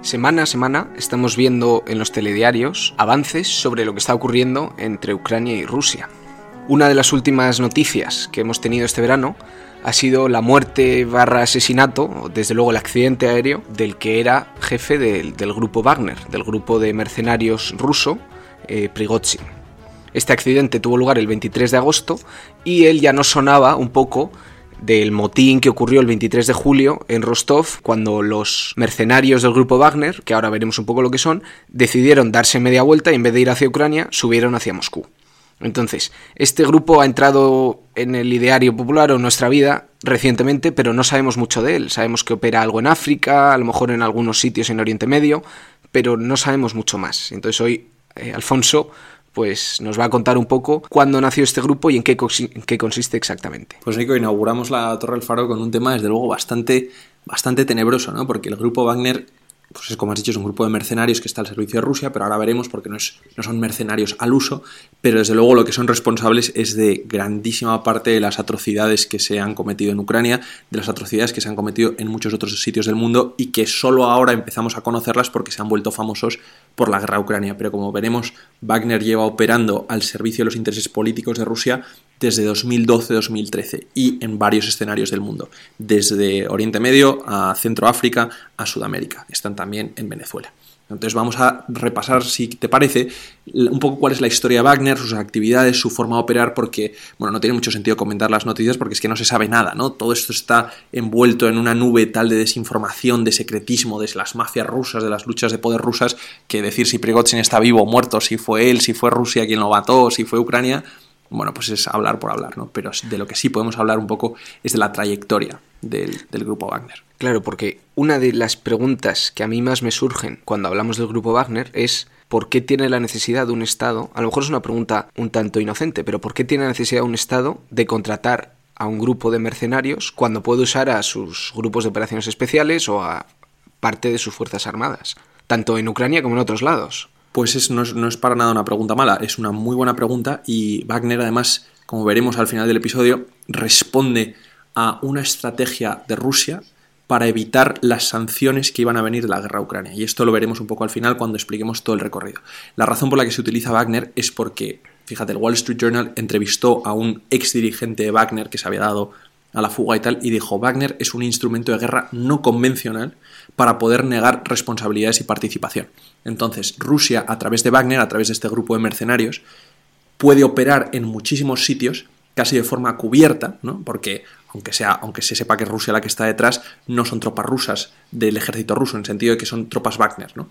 Semana a semana estamos viendo en los telediarios avances sobre lo que está ocurriendo entre Ucrania y Rusia. Una de las últimas noticias que hemos tenido este verano ha sido la muerte / asesinato, o desde luego el accidente aéreo, del que era jefe del grupo Wagner, del grupo de mercenarios ruso, Prigozhin. Este accidente tuvo lugar el 23 de agosto y él ya nos sonaba un poco del motín que ocurrió el 23 de julio en Rostov, cuando los mercenarios del grupo Wagner, que ahora veremos un poco lo que son, decidieron darse media vuelta y en vez de ir hacia Ucrania, subieron hacia Moscú. Entonces, este grupo ha entrado en el ideario popular o en nuestra vida recientemente, pero no sabemos mucho de él. Sabemos que opera algo en África, a lo mejor en algunos sitios en Oriente Medio, pero no sabemos mucho más. Entonces hoy Alfonso pues nos va a contar un poco cuándo nació este grupo y en qué consiste exactamente. Pues Nico, inauguramos la Torre del Faro con un tema desde luego bastante tenebroso, ¿no? Porque el grupo Wagner, pues como has dicho, es un grupo de mercenarios que está al servicio de Rusia, pero ahora veremos porque no son mercenarios al uso, pero desde luego lo que son responsables es de grandísima parte de las atrocidades que se han cometido en Ucrania, de las atrocidades que se han cometido en muchos otros sitios del mundo y que solo ahora empezamos a conocerlas porque se han vuelto famosos por la guerra a Ucrania. Pero como veremos, Wagner lleva operando al servicio de los intereses políticos de Rusia desde 2012-2013 y en varios escenarios del mundo, desde Oriente Medio a Centroáfrica a Sudamérica. Están también en Venezuela. Entonces vamos a repasar, si te parece, un poco cuál es la historia de Wagner, sus actividades, su forma de operar, porque no tiene mucho sentido comentar las noticias porque es que no se sabe nada, ¿no? Todo esto está envuelto en una nube tal de desinformación, de secretismo, de las mafias rusas, de las luchas de poder rusas, que decir si Prigozhin está vivo o muerto, si fue él, si fue Rusia quien lo mató, si fue Ucrania, pues es hablar por hablar, ¿no? Pero de lo que sí podemos hablar un poco es de la trayectoria del grupo Wagner. Claro, porque una de las preguntas que a mí más me surgen cuando hablamos del grupo Wagner es ¿por qué tiene la necesidad de un Estado? A lo mejor es una pregunta un tanto inocente, pero ¿por qué tiene la necesidad un Estado de contratar a un grupo de mercenarios cuando puede usar a sus grupos de operaciones especiales o a parte de sus fuerzas armadas, tanto en Ucrania como en otros lados? Pues no es para nada una pregunta mala, es una muy buena pregunta y Wagner además, como veremos al final del episodio, responde a una estrategia de Rusia para evitar las sanciones que iban a venir de la guerra a Ucrania. Y esto lo veremos un poco al final cuando expliquemos todo el recorrido. La razón por la que se utiliza Wagner es porque, fíjate, el Wall Street Journal entrevistó a un ex dirigente de Wagner que se había dado a la fuga y tal, y dijo: Wagner es un instrumento de guerra no convencional para poder negar responsabilidades y participación. Entonces, Rusia, a través de Wagner, a través de este grupo de mercenarios, puede operar en muchísimos sitios casi de forma cubierta, ¿no? Porque aunque se sepa que es Rusia la que está detrás, no son tropas rusas del ejército ruso, en el sentido de que son tropas Wagner, ¿no?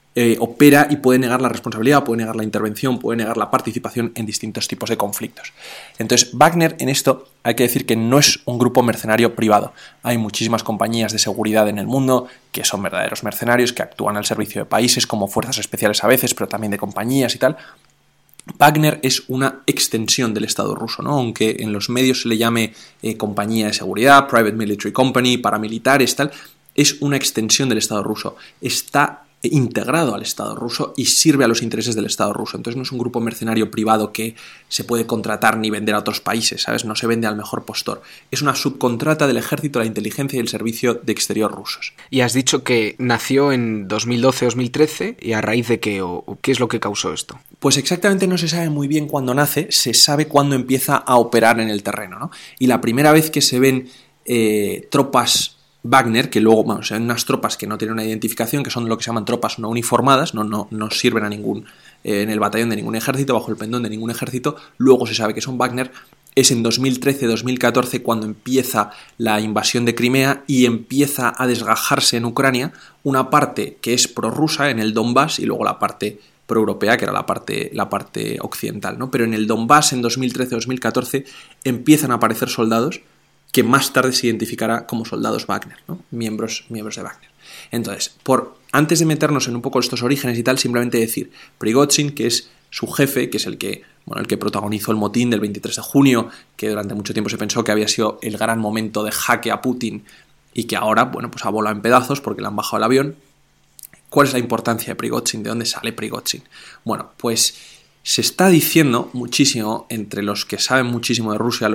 Opera y puede negar la responsabilidad, puede negar la intervención, puede negar la participación en distintos tipos de conflictos. Entonces, Wagner en esto hay que decir que no es un grupo mercenario privado. Hay muchísimas compañías de seguridad en el mundo que son verdaderos mercenarios, que actúan al servicio de países como fuerzas especiales a veces, pero también de compañías y tal. Wagner es una extensión del Estado ruso, ¿no? Aunque en los medios se le llame compañía de seguridad, private military company, paramilitares, tal, es una extensión del Estado ruso. Está integrado al Estado ruso y sirve a los intereses del Estado ruso. Entonces no es un grupo mercenario privado que se puede contratar ni vender a otros países, ¿sabes? No se vende al mejor postor. Es una subcontrata del ejército, la inteligencia y el servicio de exterior rusos. Y has dicho que nació en 2012-2013, ¿y a raíz de qué o qué es lo que causó esto? Pues exactamente no se sabe muy bien cuándo nace, se sabe cuándo empieza a operar en el terreno, ¿no? Y la primera vez que se ven tropas Wagner, que luego, son unas tropas que no tienen una identificación, que son lo que se llaman tropas no uniformadas, no sirven a ningún en el batallón de ningún ejército, bajo el pendón de ningún ejército, luego se sabe que son Wagner. Es en 2013-2014 cuando empieza la invasión de Crimea y empieza a desgajarse en Ucrania una parte que es prorrusa en el Donbass y luego la parte proeuropea, que era la parte occidental, ¿no? Pero en el Donbass en 2013-2014 empiezan a aparecer soldados que más tarde se identificará como soldados Wagner, ¿no? Miembros de Wagner. Entonces, antes de meternos en un poco estos orígenes y tal, simplemente decir, Prigozhin, que es su jefe, que es el que protagonizó el motín del 23 de junio, que durante mucho tiempo se pensó que había sido el gran momento de jaque a Putin y que ahora, ha volado en pedazos porque le han bajado el avión. ¿Cuál es la importancia de Prigozhin? ¿De dónde sale Prigozhin? Bueno, pues Se está diciendo muchísimo entre los que saben muchísimo de Rusia,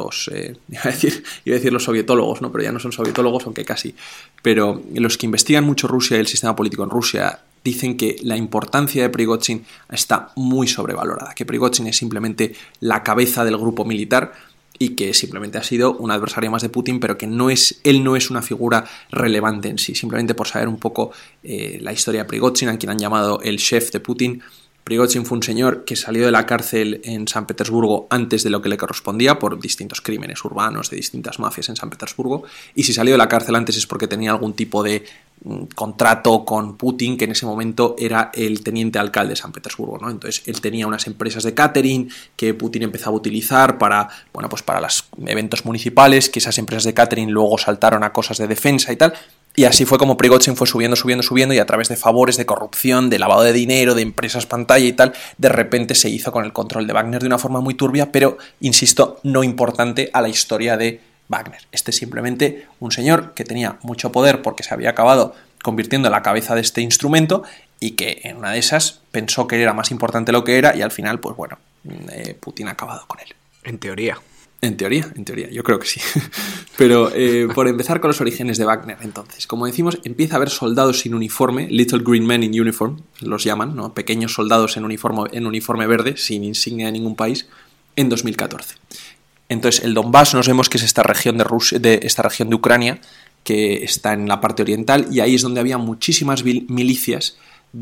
iba a decir los sovietólogos, ¿no? Pero ya no son sovietólogos, aunque casi. Pero los que investigan mucho Rusia y el sistema político en Rusia dicen que la importancia de Prigozhin está muy sobrevalorada, que Prigozhin es simplemente la cabeza del grupo militar y que simplemente ha sido un adversario más de Putin, pero que él no es una figura relevante en sí. Simplemente por saber un poco la historia de Prigozhin, a quien han llamado el chef de Putin. Prigozhin fue un señor que salió de la cárcel en San Petersburgo antes de lo que le correspondía por distintos crímenes urbanos de distintas mafias en San Petersburgo, y si salió de la cárcel antes es porque tenía algún tipo de contrato con Putin, que en ese momento era el teniente alcalde de San Petersburgo, ¿no? Entonces él tenía unas empresas de catering que Putin empezaba a utilizar para los eventos municipales, que esas empresas de catering luego saltaron a cosas de defensa y tal. Y así fue como Prigozhin fue subiendo y a través de favores, de corrupción, de lavado de dinero, de empresas pantalla y tal, de repente se hizo con el control de Wagner de una forma muy turbia, pero, insisto, no importante a la historia de Wagner. Este es simplemente un señor que tenía mucho poder porque se había acabado convirtiendo en la cabeza de este instrumento y que en una de esas pensó que era más importante lo que era y al final, Putin ha acabado con él. En teoría. En teoría, yo creo que sí. Pero por empezar con los orígenes de Wagner, entonces, como decimos, empieza a haber soldados sin uniforme, Little Green Men in Uniform, los llaman, ¿no? Pequeños soldados en uniforme verde, sin insignia de ningún país, en 2014. Entonces, el Donbass, nos vemos que es esta región esta región de Ucrania, que está en la parte oriental, y ahí es donde había muchísimas milicias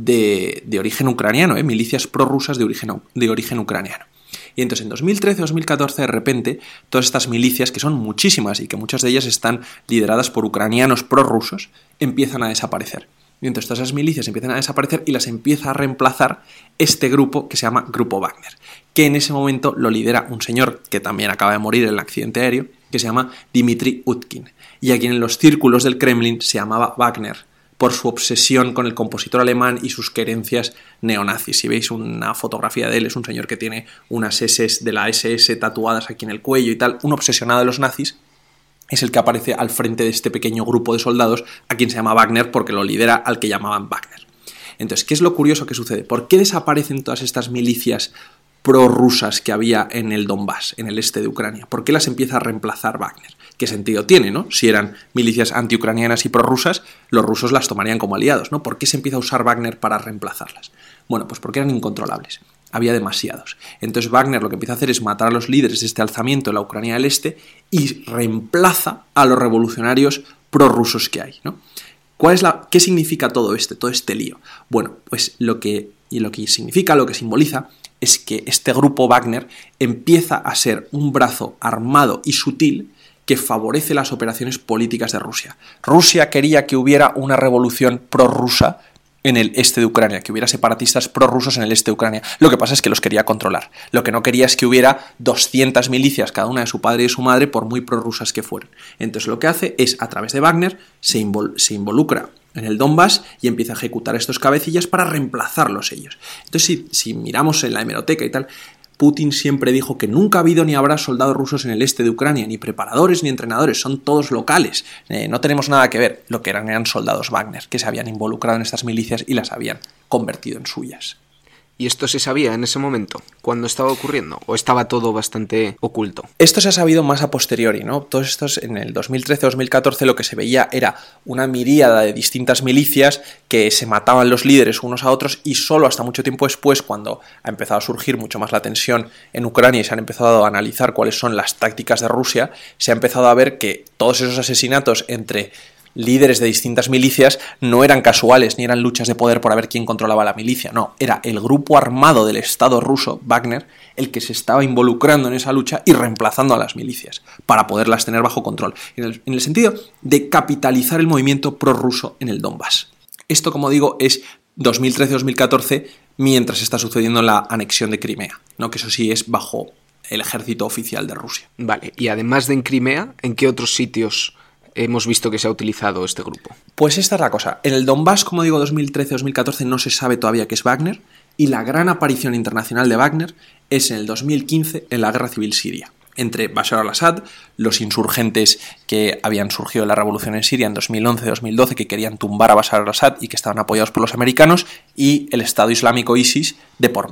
de origen ucraniano, milicias prorrusas de origen ucraniano. Y entonces en 2013-2014 de repente todas estas milicias, que son muchísimas y que muchas de ellas están lideradas por ucranianos prorrusos, empiezan a desaparecer. Y entonces todas esas milicias empiezan a desaparecer y las empieza a reemplazar este grupo que se llama Grupo Wagner, que en ese momento lo lidera un señor que también acaba de morir en el accidente aéreo, que se llama Dmitry Utkin, y a quien en los círculos del Kremlin se llamaba Wagner, por su obsesión con el compositor alemán y sus querencias neonazis. Si veis una fotografía de él, es un señor que tiene unas S de la SS tatuadas aquí en el cuello y tal, un obsesionado de los nazis, es el que aparece al frente de este pequeño grupo de soldados, a quien se llama Wagner porque lo lidera al que llamaban Wagner. Entonces, ¿qué es lo curioso que sucede? ¿Por qué desaparecen todas estas milicias prorrusas que había en el Donbass, en el este de Ucrania? ¿Por qué las empieza a reemplazar Wagner? ¿Qué sentido tiene, no? Si eran milicias antiucranianas y prorrusas, los rusos las tomarían como aliados, ¿no? ¿Por qué se empieza a usar Wagner para reemplazarlas? Bueno, pues porque eran incontrolables. Había demasiados. Entonces Wagner lo que empieza a hacer es matar a los líderes de este alzamiento en la Ucrania del Este y reemplaza a los revolucionarios prorrusos que hay, ¿no? ¿Qué significa todo este lío? Bueno, pues lo que significa, lo que simboliza, es que este grupo Wagner empieza a ser un brazo armado y sutil que favorece las operaciones políticas de Rusia. Rusia quería que hubiera una revolución prorrusa en el este de Ucrania, que hubiera separatistas prorrusos en el este de Ucrania. Lo que pasa es que los quería controlar. Lo que no quería es que hubiera 200 milicias, cada una de su padre y de su madre, por muy prorrusas que fueran. Entonces lo que hace es, a través de Wagner, se involucra en el Donbass y empieza a ejecutar estos cabecillas para reemplazarlos ellos. Entonces, si miramos en la hemeroteca y tal, Putin siempre dijo que nunca ha habido ni habrá soldados rusos en el este de Ucrania, ni preparadores ni entrenadores, son todos locales, no tenemos nada que ver. Lo que eran soldados Wagner, que se habían involucrado en estas milicias y las habían convertido en suyas. ¿Y esto se sabía en ese momento, cuando estaba ocurriendo? ¿O estaba todo bastante oculto? Esto se ha sabido más a posteriori, ¿no? Todos estos, en el 2013-2014, lo que se veía era una miríada de distintas milicias que se mataban los líderes unos a otros, y solo hasta mucho tiempo después, cuando ha empezado a surgir mucho más la tensión en Ucrania y se han empezado a analizar cuáles son las tácticas de Rusia, se ha empezado a ver que todos esos asesinatos entre líderes de distintas milicias no eran casuales ni eran luchas de poder por ver quién controlaba la milicia, no, era el grupo armado del Estado ruso, Wagner, el que se estaba involucrando en esa lucha y reemplazando a las milicias para poderlas tener bajo control, en el sentido de capitalizar el movimiento prorruso en el Donbass. Esto, como digo, es 2013-2014, mientras está sucediendo la anexión de Crimea, ¿no? Que eso sí es bajo el ejército oficial de Rusia. Vale, y además de en Crimea, ¿en qué otros sitios hemos visto que se ha utilizado este grupo? Pues esta es la cosa. En el Donbass, como digo, 2013-2014 no se sabe todavía qué es Wagner, y la gran aparición internacional de Wagner es en el 2015 en la guerra civil siria, entre Bashar al-Assad, los insurgentes que habían surgido en la revolución en Siria en 2011-2012, que querían tumbar a Bashar al-Assad y que estaban apoyados por los americanos, y el Estado Islámico ISIS de por medio.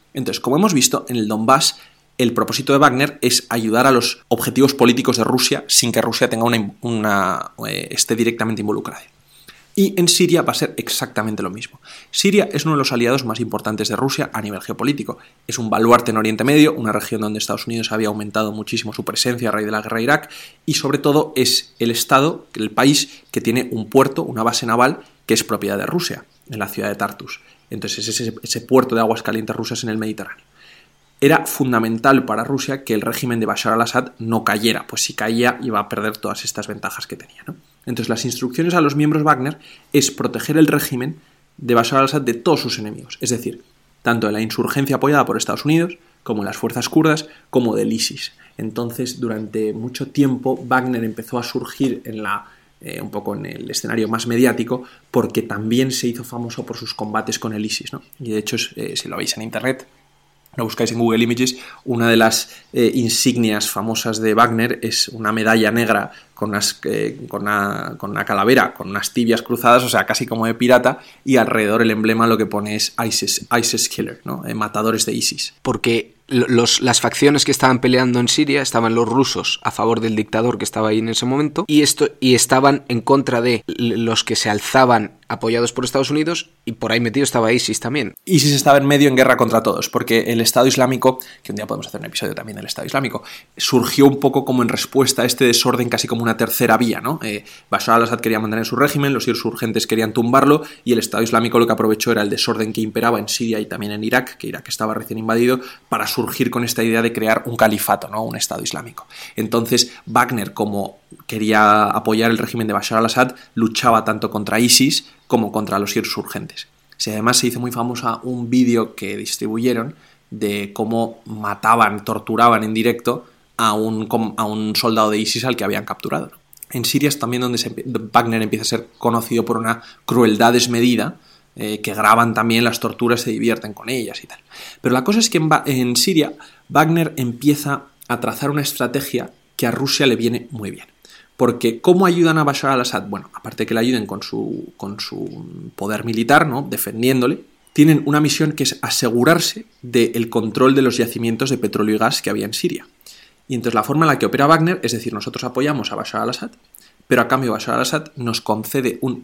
Entonces, como hemos visto, en el Donbass el propósito de Wagner es ayudar a los objetivos políticos de Rusia sin que Rusia tenga esté directamente involucrada. Y en Siria va a ser exactamente lo mismo. Siria es uno de los aliados más importantes de Rusia a nivel geopolítico. Es un baluarte en Oriente Medio, una región donde Estados Unidos había aumentado muchísimo su presencia a raíz de la guerra de Irak, y sobre todo es el país que tiene un puerto, una base naval, que es propiedad de Rusia, en la ciudad de Tartus. Entonces es ese puerto de aguas calientes rusas en el Mediterráneo. Era fundamental para Rusia que el régimen de Bashar al-Assad no cayera, pues si caía iba a perder todas estas ventajas que tenía, ¿no? Entonces las instrucciones a los miembros Wagner es proteger el régimen de Bashar al-Assad de todos sus enemigos, es decir, tanto de la insurgencia apoyada por Estados Unidos, como de las fuerzas kurdas, como del ISIS. Entonces, durante mucho tiempo, Wagner empezó a surgir un poco en el escenario más mediático, porque también se hizo famoso por sus combates con el ISIS, ¿no? Y de hecho, si lo veis en internet, lo buscáis en Google Images, una de las insignias famosas de Wagner es una medalla negra con una calavera, con unas tibias cruzadas, o sea, casi como de pirata, y alrededor el emblema lo que pone es ISIS Killer, ¿no? Matadores de ISIS. Porque las facciones que estaban peleando en Siria estaban los rusos a favor del dictador que estaba ahí en ese momento y estaban en contra de los que se alzaban apoyados por Estados Unidos, y por ahí metido estaba ISIS también. ISIS estaba en medio en guerra contra todos, porque el Estado Islámico, que un día podemos hacer un episodio también del Estado Islámico, surgió un poco como en respuesta a este desorden, casi como una tercera vía, ¿no? Bashar al-Assad quería mantener su régimen, los insurgentes querían tumbarlo, y el Estado Islámico lo que aprovechó era el desorden que imperaba en Siria y también en Irak, que Irak estaba recién invadido, para surgir con esta idea de crear un califato, ¿no? Un Estado Islámico. Entonces Wagner, como quería apoyar el régimen de Bashar al-Assad, luchaba tanto contra ISIS como contra los insurgentes. Además se hizo muy famosa un vídeo que distribuyeron de cómo torturaban en directo a un soldado de ISIS al que habían capturado. En Siria es también donde Wagner empieza a ser conocido por una crueldad desmedida, que graban también las torturas, se divierten con ellas y tal. Pero la cosa es que en Siria Wagner empieza a trazar una estrategia que a Rusia le viene muy bien. Porque ¿cómo ayudan a Bashar al-Assad? Bueno, aparte de que le ayuden con su poder militar, ¿no? Defendiéndole, tienen una misión que es asegurarse del control de los yacimientos de petróleo y gas que había en Siria. Y entonces la forma en la que opera Wagner, es decir, nosotros apoyamos a Bashar al-Assad, pero a cambio Bashar al-Assad nos concede un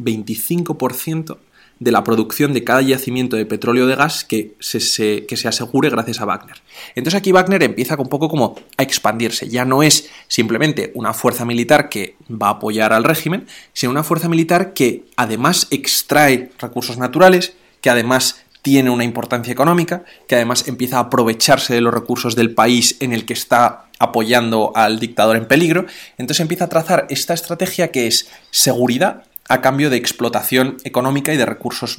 25% de la producción de cada yacimiento de petróleo o de gas que se asegure gracias a Wagner. Entonces aquí Wagner empieza un poco como a expandirse. Ya no es simplemente una fuerza militar que va a apoyar al régimen, sino una fuerza militar que además extrae recursos naturales, que además tiene una importancia económica, que además empieza a aprovecharse de los recursos del país en el que está apoyando al dictador en peligro. Entonces empieza a trazar esta estrategia que es seguridad a cambio de explotación económica y de recursos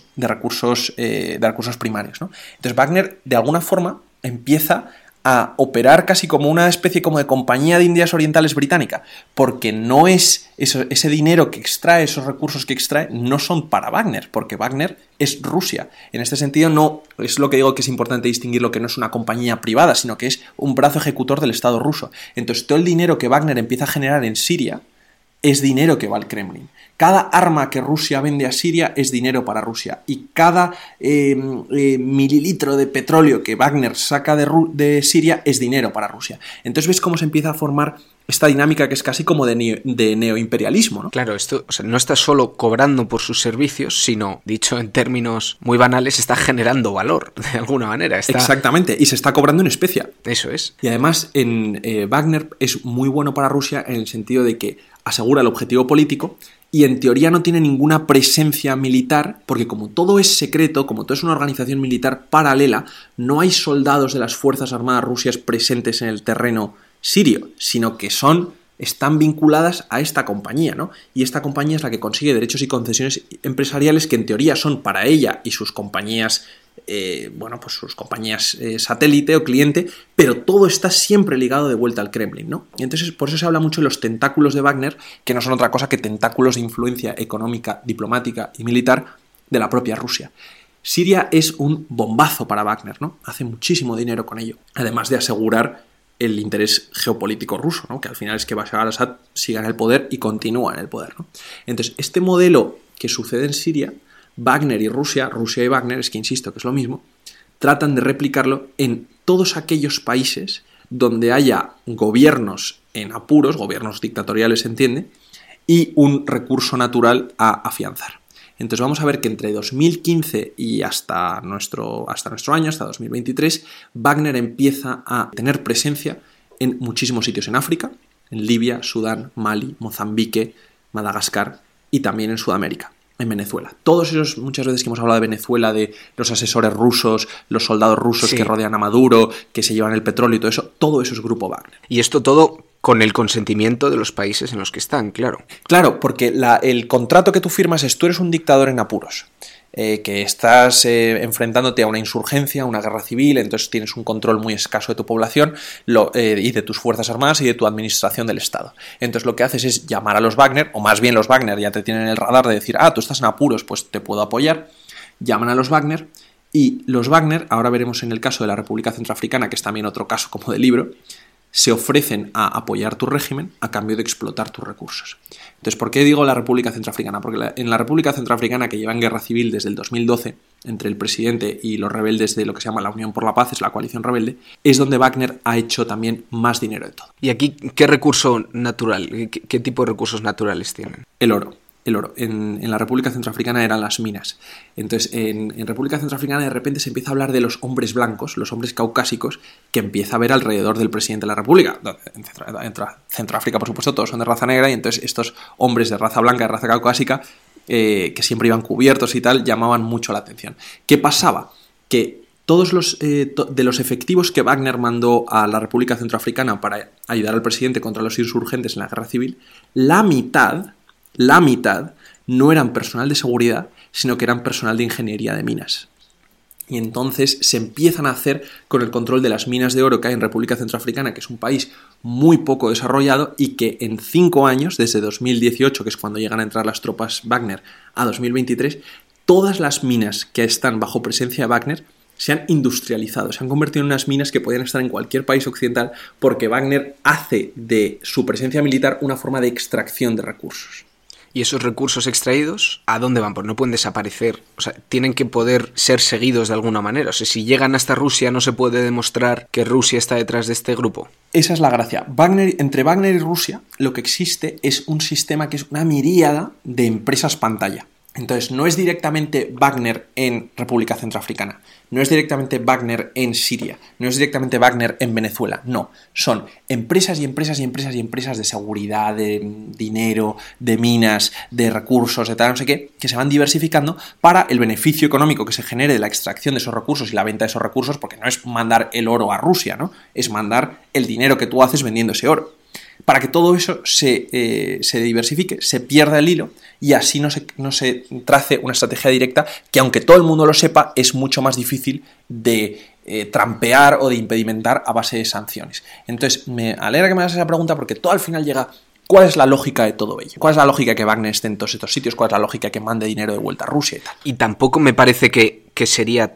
primarios, ¿no? Entonces Wagner, de alguna forma, empieza a operar casi como una especie como de compañía de Indias Orientales británica, porque no es ese dinero que extrae, esos recursos que extrae, no son para Wagner, porque Wagner es Rusia. En este sentido, no es lo que digo que es importante distinguir, lo que no es una compañía privada, sino que es un brazo ejecutor del Estado ruso. Entonces, todo el dinero que Wagner empieza a generar en Siria es dinero que va al Kremlin. Cada arma que Rusia vende a Siria es dinero para Rusia, y cada mililitro de petróleo que Wagner saca de Siria es dinero para Rusia. Entonces ves cómo se empieza a formar esta dinámica que es casi como de neoimperialismo, ¿no? Claro, esto, o sea, no está solo cobrando por sus servicios, sino, dicho en términos muy banales, está generando valor, de alguna manera. Exactamente, y se está cobrando en especia. Eso es. Y además, Wagner es muy bueno para Rusia en el sentido de que asegura el objetivo político y en teoría no tiene ninguna presencia militar, porque como todo es secreto, como todo es una organización militar paralela, no hay soldados de las Fuerzas Armadas Rusias presentes en el terreno sirio, sino que están vinculadas a esta compañía, ¿no? Y esta compañía es la que consigue derechos y concesiones empresariales que en teoría son para ella y sus compañías, sus compañías satélite o cliente, pero todo está siempre ligado de vuelta al Kremlin, ¿no? Y entonces por eso se habla mucho de los tentáculos de Wagner, que no son otra cosa que tentáculos de influencia económica, diplomática y militar de la propia Rusia. Siria es un bombazo para Wagner, ¿no? Hace muchísimo dinero con ello, además de asegurar el interés geopolítico ruso, ¿no? Que al final es que Bashar al-Assad siga en el poder y continúa en el poder, ¿no? Entonces, este modelo que sucede en Siria, Wagner y Rusia y Wagner, es que insisto que es lo mismo, tratan de replicarlo en todos aquellos países donde haya gobiernos en apuros, gobiernos dictatoriales, se entiende, y un recurso natural a afianzar. Entonces vamos a ver que entre 2015 y hasta nuestro año, hasta 2023, Wagner empieza a tener presencia en muchísimos sitios en África, en Libia, Sudán, Mali, Mozambique, Madagascar y también en Sudamérica, en Venezuela. Todos esos, muchas veces que hemos hablado de Venezuela, de los asesores rusos, los soldados rusos que rodean a Maduro, que se llevan el petróleo y todo eso es Grupo Wagner. Y esto todo con el consentimiento de los países en los que están, claro. Claro, porque el contrato que tú firmas es: tú eres un dictador en apuros, que estás enfrentándote a una insurgencia, a una guerra civil, entonces tienes un control muy escaso de tu población y de tus fuerzas armadas y de tu administración del Estado. Entonces lo que haces es llamar a los Wagner, o más bien los Wagner ya te tienen en el radar de decir: tú estás en apuros, pues te puedo apoyar. Llaman a los Wagner, y los Wagner, ahora veremos en el caso de la República Centroafricana, que es también otro caso como de libro, se ofrecen a apoyar tu régimen a cambio de explotar tus recursos. Entonces, ¿por qué digo la República Centroafricana? Porque en la República Centroafricana, que lleva en guerra civil desde el 2012, entre el presidente y los rebeldes de lo que se llama la Unión por la Paz, es la coalición rebelde, es donde Wagner ha hecho también más dinero de todo. ¿Y aquí qué recurso natural, qué tipo de recursos naturales tienen? El oro. En la República Centroafricana eran las minas. Entonces, en República Centroafricana de repente se empieza a hablar de los hombres blancos, los hombres caucásicos, que empieza a haber alrededor del presidente de la República. En Centroáfrica, por supuesto, todos son de raza negra, y entonces estos hombres de raza blanca, de raza caucásica, que siempre iban cubiertos y tal, llamaban mucho la atención. ¿Qué pasaba? Que todos de los efectivos que Wagner mandó a la República Centroafricana para ayudar al presidente contra los insurgentes en la guerra civil, la mitad no eran personal de seguridad, sino que eran personal de ingeniería de minas. Y entonces se empiezan a hacer con el control de las minas de oro que hay en República Centroafricana, que es un país muy poco desarrollado, y que en 5 años, desde 2018, que es cuando llegan a entrar las tropas Wagner, a 2023, todas las minas que están bajo presencia de Wagner se han industrializado, se han convertido en unas minas que podían estar en cualquier país occidental, porque Wagner hace de su presencia militar una forma de extracción de recursos. ¿Y esos recursos extraídos a dónde van? Pues no pueden desaparecer. O sea, tienen que poder ser seguidos de alguna manera. O sea, si llegan hasta Rusia, no se puede demostrar que Rusia está detrás de este grupo. Esa es la gracia. Entre Wagner y Rusia, lo que existe es un sistema que es una miríada de empresas pantalla. Entonces, no es directamente Wagner en República Centroafricana, no es directamente Wagner en Siria, no es directamente Wagner en Venezuela, no. Son empresas y empresas y empresas y empresas de seguridad, de dinero, de minas, de recursos, de tal, no sé qué, que se van diversificando para el beneficio económico que se genere de la extracción de esos recursos y la venta de esos recursos, porque no es mandar el oro a Rusia, ¿no? Es mandar el dinero que tú haces vendiendo ese oro. Para que todo eso se diversifique, se pierda el hilo y así no se trace una estrategia directa que, aunque todo el mundo lo sepa, es mucho más difícil de trampear o de impedimentar a base de sanciones. Entonces, me alegra que me hagas esa pregunta, porque todo al final llega: ¿cuál es la lógica de todo ello? ¿Cuál es la lógica que Wagner esté en todos estos sitios? ¿Cuál es la lógica que mande dinero de vuelta a Rusia y tal? Y tampoco me parece que sería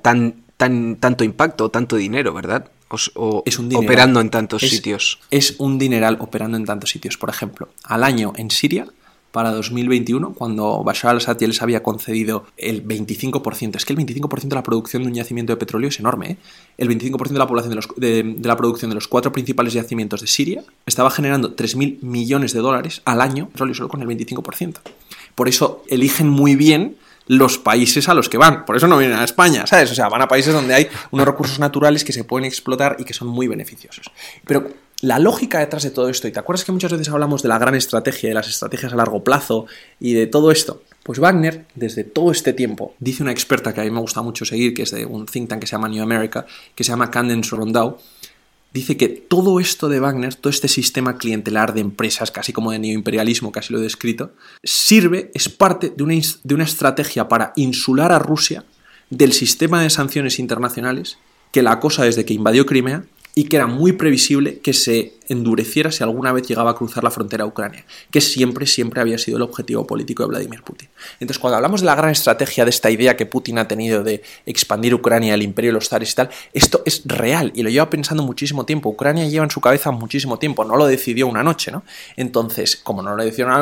tanto impacto o tanto dinero, ¿verdad? O es un dineral, operando en tantos sitios. Es un dineral operando en tantos sitios. Por ejemplo, al año en Siria, para 2021, cuando Bashar al-Assad ya les había concedido el 25%, es que el 25% de la producción de un yacimiento de petróleo es enorme, ¿eh? El 25% de la población de la producción de los 4 principales yacimientos de Siria estaba generando $3.000 millones al año, petróleo solo con el 25%. Por eso eligen muy bien los países a los que van. Por eso no vienen a España, ¿sabes? O sea, van a países donde hay unos recursos naturales que se pueden explotar y que son muy beneficiosos. Pero la lógica detrás de todo esto, y te acuerdas que muchas veces hablamos de la gran estrategia, de las estrategias a largo plazo y de todo esto, pues Wagner, desde todo este tiempo, dice una experta que a mí me gusta mucho seguir, que es de un think tank que se llama New America, que se llama Candace Rondeau, dice que todo esto de Wagner, todo este sistema clientelar de empresas, casi como de neoimperialismo, casi lo he descrito, es parte de una estrategia para insular a Rusia del sistema de sanciones internacionales que la acosa desde que invadió Crimea, y que era muy previsible que se endureciera si alguna vez llegaba a cruzar la frontera a Ucrania, que siempre había sido el objetivo político de Vladimir Putin. Entonces, cuando hablamos de la gran estrategia de esta idea que Putin ha tenido de expandir Ucrania, el imperio de los zares y tal, esto es real y lo lleva pensando muchísimo tiempo. Ucrania lleva en su cabeza muchísimo tiempo, no lo decidió una noche, ¿no? Entonces, como no lo decidió una noche,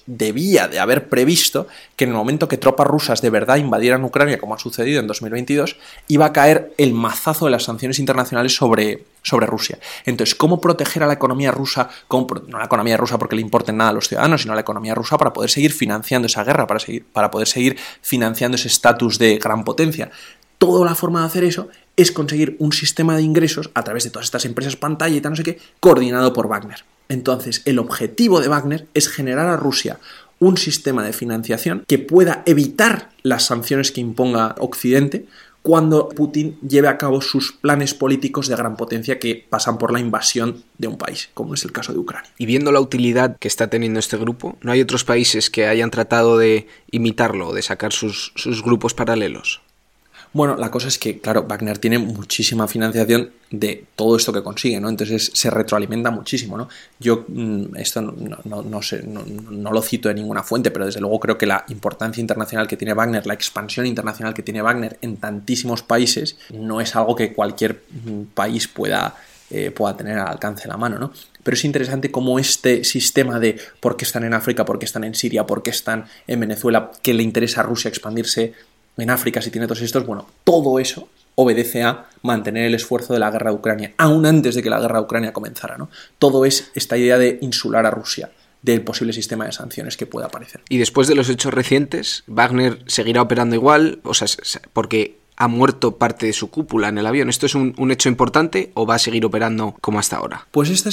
debía de haber previsto que en el momento que tropas rusas de verdad invadieran Ucrania, como ha sucedido en 2022, iba a caer el mazazo de las sanciones internacionales sobre Rusia. Entonces, ¿cómo proteger a la economía rusa? No a la economía rusa porque le importen nada a los ciudadanos, sino a la economía rusa para poder seguir financiando esa guerra, para poder seguir financiando ese estatus de gran potencia. Toda la forma de hacer eso es conseguir un sistema de ingresos a través de todas estas empresas pantalla y tal, no sé qué, coordinado por Wagner. Entonces, el objetivo de Wagner es generar a Rusia un sistema de financiación que pueda evitar las sanciones que imponga Occidente cuando Putin lleve a cabo sus planes políticos de gran potencia que pasan por la invasión de un país, como es el caso de Ucrania. Y viendo la utilidad que está teniendo este grupo, ¿no hay otros países que hayan tratado de imitarlo o de sacar sus grupos paralelos? Bueno, la cosa es que, claro, Wagner tiene muchísima financiación de todo esto que consigue, ¿no? Entonces se retroalimenta muchísimo, ¿no? Yo esto no sé, no lo cito de ninguna fuente, pero desde luego creo que la importancia internacional que tiene Wagner, la expansión internacional que tiene Wagner en tantísimos países, no es algo que cualquier país pueda tener al alcance de la mano, ¿no? Pero es interesante cómo este sistema de por qué están en África, por qué están en Siria, por qué están en Venezuela, que le interesa a Rusia expandirse en África si tiene todos estos, bueno, todo eso obedece a mantener el esfuerzo de la guerra de Ucrania, aún antes de que la guerra de Ucrania comenzara, ¿no? Todo es esta idea de insular a Rusia del posible sistema de sanciones que pueda aparecer. Y después de los hechos recientes, ¿Wagner seguirá operando igual? O sea, porque ha muerto parte de su cúpula en el avión. ¿Esto es un hecho importante o va a seguir operando como hasta ahora? Pues esta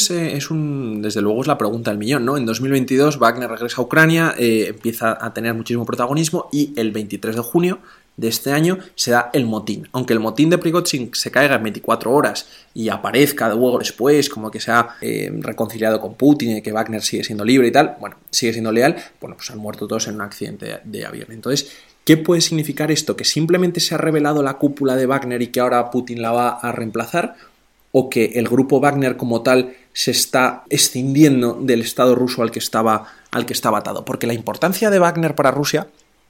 desde luego es la pregunta del millón, ¿no? En 2022 Wagner regresa a Ucrania, empieza a tener muchísimo protagonismo y el 23 de junio de este año se da el motín. Aunque el motín de Prigozhin se caiga en 24 horas y aparezca luego después como que se ha reconciliado con Putin y que Wagner sigue siendo libre y tal, bueno, sigue siendo leal, bueno, pues han muerto todos en un accidente de avión. Entonces, ¿qué puede significar esto? ¿Que simplemente se ha revelado la cúpula de Wagner y que ahora Putin la va a reemplazar? ¿O que el grupo Wagner como tal se está escindiendo del Estado ruso al que estaba atado? Porque la importancia de Wagner para Rusia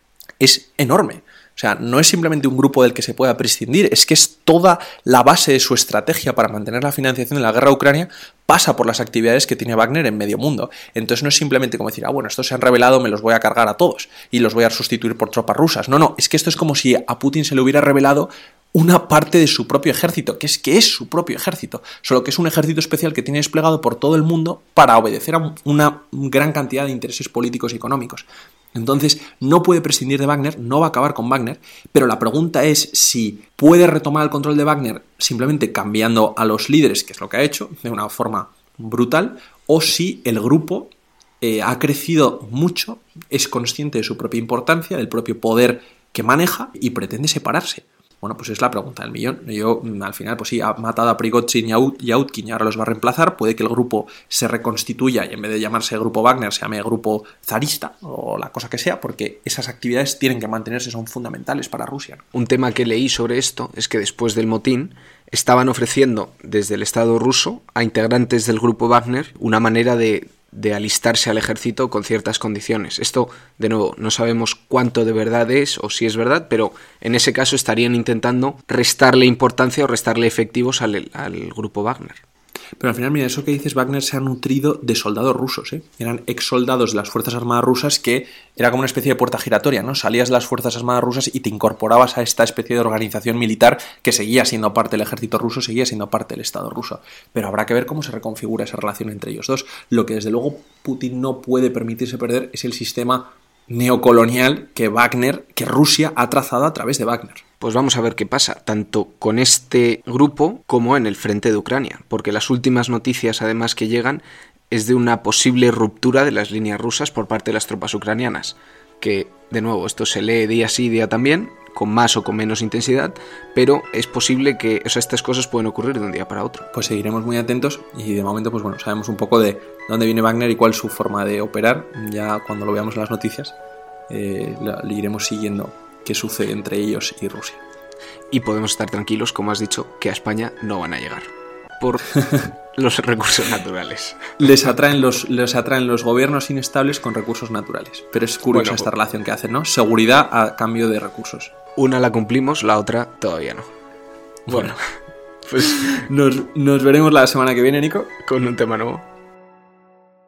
es enorme. O sea, no es simplemente un grupo del que se pueda prescindir, es que es toda la base de su estrategia para mantener la financiación de la guerra de Ucrania, pasa por las actividades que tiene Wagner en medio mundo. Entonces no es simplemente como decir, bueno, estos se han revelado, me los voy a cargar a todos y los voy a sustituir por tropas rusas. No, es que esto es como si a Putin se le hubiera revelado una parte de su propio ejército, que es su propio ejército, solo que es un ejército especial que tiene desplegado por todo el mundo para obedecer a una gran cantidad de intereses políticos y económicos. Entonces no puede prescindir de Wagner, no va a acabar con Wagner, pero la pregunta es si puede retomar el control de Wagner simplemente cambiando a los líderes, que es lo que ha hecho, de una forma brutal, o si el grupo ha crecido mucho, es consciente de su propia importancia, del propio poder que maneja y pretende separarse. Bueno, pues es la pregunta del millón. Yo, al final, pues sí, ha matado a Prigozhin y a Utkin y ahora los va a reemplazar. Puede que el grupo se reconstituya y en vez de llamarse Grupo Wagner se llame Grupo Zarista o la cosa que sea, porque esas actividades tienen que mantenerse, son fundamentales para Rusia, ¿no? Un tema que leí sobre esto es que después del motín estaban ofreciendo desde el Estado ruso a integrantes del Grupo Wagner una manera de alistarse al ejército con ciertas condiciones. Esto, de nuevo, no sabemos cuánto de verdad es o si es verdad, pero en ese caso estarían intentando restarle importancia o restarle efectivos al grupo Wagner. Pero al final, mira, eso que dices, Wagner se ha nutrido de soldados rusos, ¿eh? Eran ex soldados de las Fuerzas Armadas rusas que era como una especie de puerta giratoria, ¿no? Salías de las Fuerzas Armadas rusas y te incorporabas a esta especie de organización militar que seguía siendo parte del ejército ruso, seguía siendo parte del Estado ruso. Pero habrá que ver cómo se reconfigura esa relación entre ellos dos. Lo que desde luego Putin no puede permitirse perder es el sistema neocolonial que Rusia ha trazado a través de Wagner. Pues vamos a ver qué pasa, tanto con este grupo como en el frente de Ucrania, porque las últimas noticias además que llegan es de una posible ruptura de las líneas rusas por parte de las tropas ucranianas, que de nuevo esto se lee día sí día también, con más o con menos intensidad, pero es posible que estas cosas pueden ocurrir de un día para otro. Pues seguiremos muy atentos y de momento pues bueno, sabemos un poco de dónde viene Wagner y cuál es su forma de operar. Ya cuando lo veamos en las noticias le iremos siguiendo qué sucede entre ellos y Rusia. Y podemos estar tranquilos, como has dicho, que a España no van a llegar por los recursos naturales. Les atraen los gobiernos inestables con recursos naturales. Pero es curiosa esta relación que hacen, ¿no? Seguridad a cambio de recursos. Una la cumplimos, la otra todavía no. Bueno, pues nos veremos la semana que viene, Nico, con un tema nuevo.